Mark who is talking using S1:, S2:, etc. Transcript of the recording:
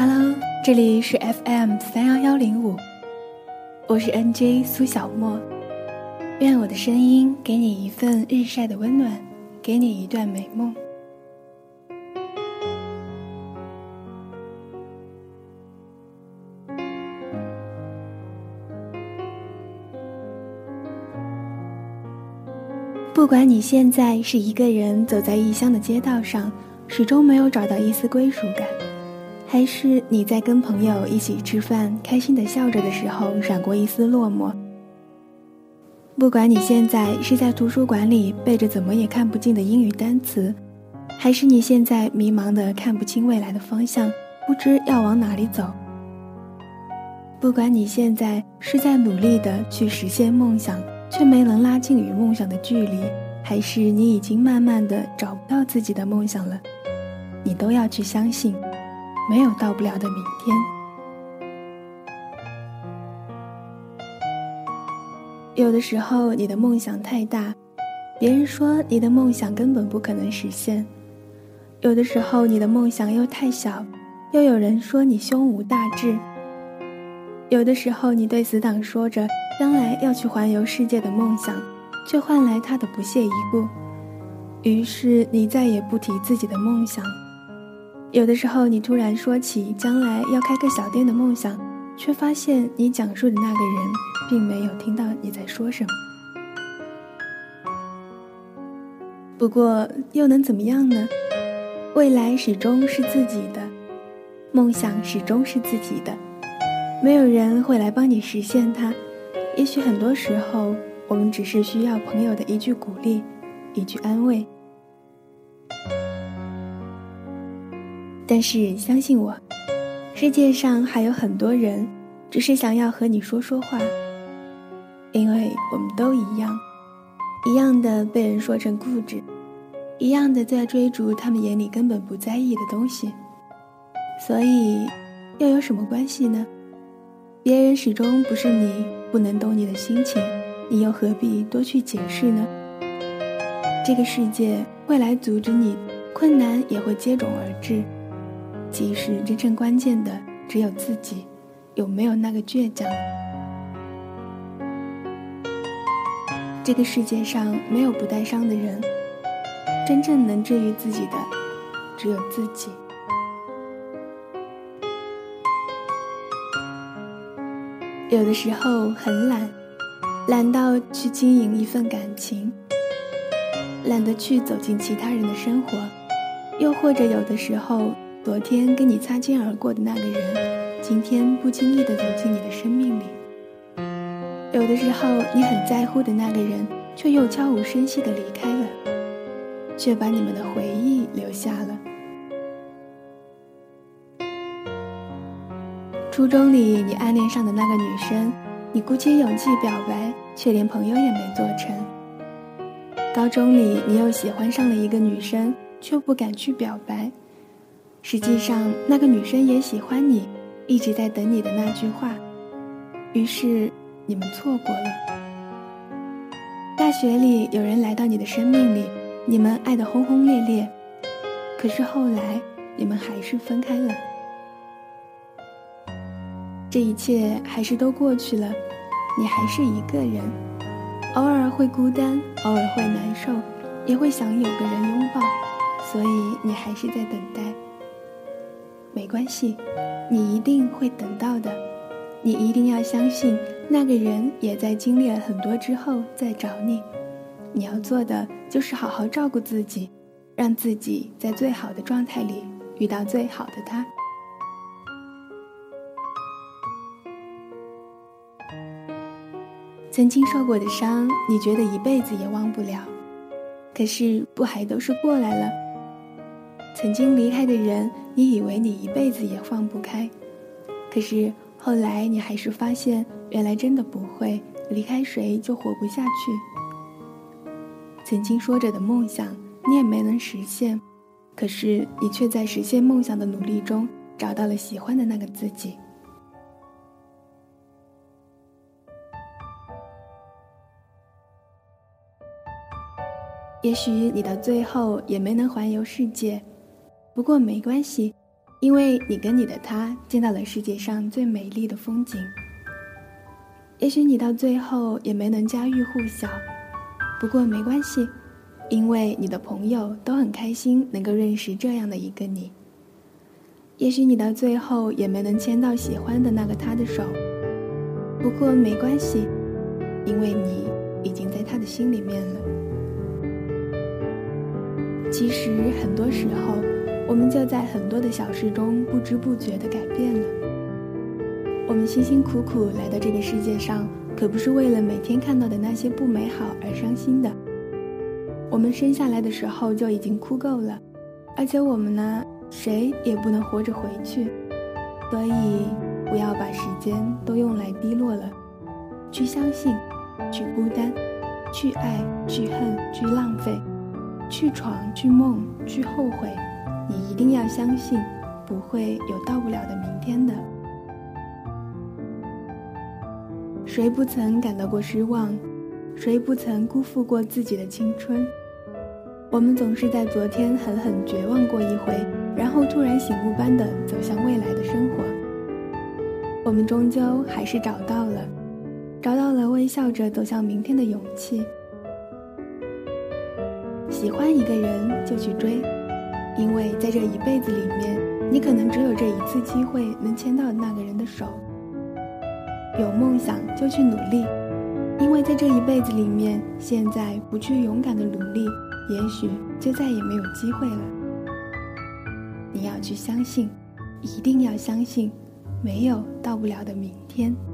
S1: Hello， 这里是 FM31105，我是 NJ 苏小沫。愿我的声音给你一份日晒的温暖，给你一段美梦。不管你现在是一个人走在异乡的街道上，始终没有找到一丝归属感，还是你在跟朋友一起吃饭，开心地笑着的时候闪过一丝落寞。不管你现在是在图书馆里背着怎么也看不进的英语单词，还是你现在迷茫地看不清未来的方向，不知要往哪里走。不管你现在是在努力地去实现梦想，却没能拉近与梦想的距离，还是你已经慢慢地找不到自己的梦想了，你都要去相信，没有到不了的明天。有的时候你的梦想太大，别人说你的梦想根本不可能实现；有的时候你的梦想又太小，又有人说你胸无大志；有的时候你对死党说着将来要去环游世界的梦想，却换来他的不屑一顾，于是你再也不提自己的梦想。有的时候你突然说起将来要开个小店的梦想，却发现你讲述的那个人并没有听到你在说什么。不过又能怎么样呢？未来始终是自己的，梦想始终是自己的，没有人会来帮你实现它。也许很多时候我们只是需要朋友的一句鼓励，一句安慰。但是相信我，世界上还有很多人只是想要和你说说话，因为我们都一样，一样的被人说成固执，一样的在追逐他们眼里根本不在意的东西。所以又有什么关系呢？别人始终不是你，不能懂你的心情，你又何必多去解释呢？这个世界会来阻止你，困难也会接踵而至。其实真正关键的只有自己，有没有那个倔强。这个世界上没有不带伤的人，真正能治愈自己的只有自己。有的时候很懒到去经营一份感情，懒得去走进其他人的生活，又或者有的时候昨天跟你擦肩而过的那个人，今天不经意地走进你的生命里。有的时候你很在乎的那个人，却又悄无声息地离开了，却把你们的回忆留下了。初中里你暗恋上的那个女生，你鼓起勇气表白，却连朋友也没做成。高中里你又喜欢上了一个女生，却不敢去表白，实际上那个女生也喜欢你，一直在等你的那句话，于是你们错过了。大学里有人来到你的生命里，你们爱得轰轰烈烈，可是后来你们还是分开了。这一切还是都过去了，你还是一个人，偶尔会孤单，偶尔会难受，也会想有个人拥抱，所以你还是在等待。没关系，你一定会等到的，你一定要相信那个人也在经历了很多之后再找你。你要做的就是好好照顾自己，让自己在最好的状态里遇到最好的他。曾经受过的伤，你觉得一辈子也忘不了，可是不还都是过来了？曾经离开的人，你以为你一辈子也放不开，可是后来你还是发现，原来真的不会，离开谁就活不下去。曾经说着的梦想，你也没能实现，可是你却在实现梦想的努力中，找到了喜欢的那个自己。也许你到最后也没能环游世界，不过没关系， 因为你跟你的他见到了世界上最美丽的风景。也许你到最后也没能家喻户晓，不过没关系，因为你的朋友都很开心能够认识这样的一个你。也许你到最后也没能牵到喜欢的那个他的手，不过没关系，因为你已经在他的心里面了。其实很多时候，我们就在很多的小事中不知不觉地改变了。我们辛辛苦苦来到这个世界上，可不是为了每天看到的那些不美好而伤心的。我们生下来的时候就已经哭够了，而且我们呢，谁也不能活着回去，所以不要把时间都用来低落了。去相信，去孤单，去爱，去恨，去浪费，去闯，去梦，去后悔。你一定要相信，不会有到不了的明天的。谁不曾感到过失望？谁不曾辜负过自己的青春？我们总是在昨天狠狠绝望过一回，然后突然醒悟般地走向未来的生活。我们终究还是找到了微笑着走向明天的勇气。喜欢一个人就去追，因为在这一辈子里面，你可能只有这一次机会能牵到那个人的手。有梦想就去努力，因为在这一辈子里面，现在不去勇敢的努力，也许就再也没有机会了。你要去相信，一定要相信，没有到不了的明天。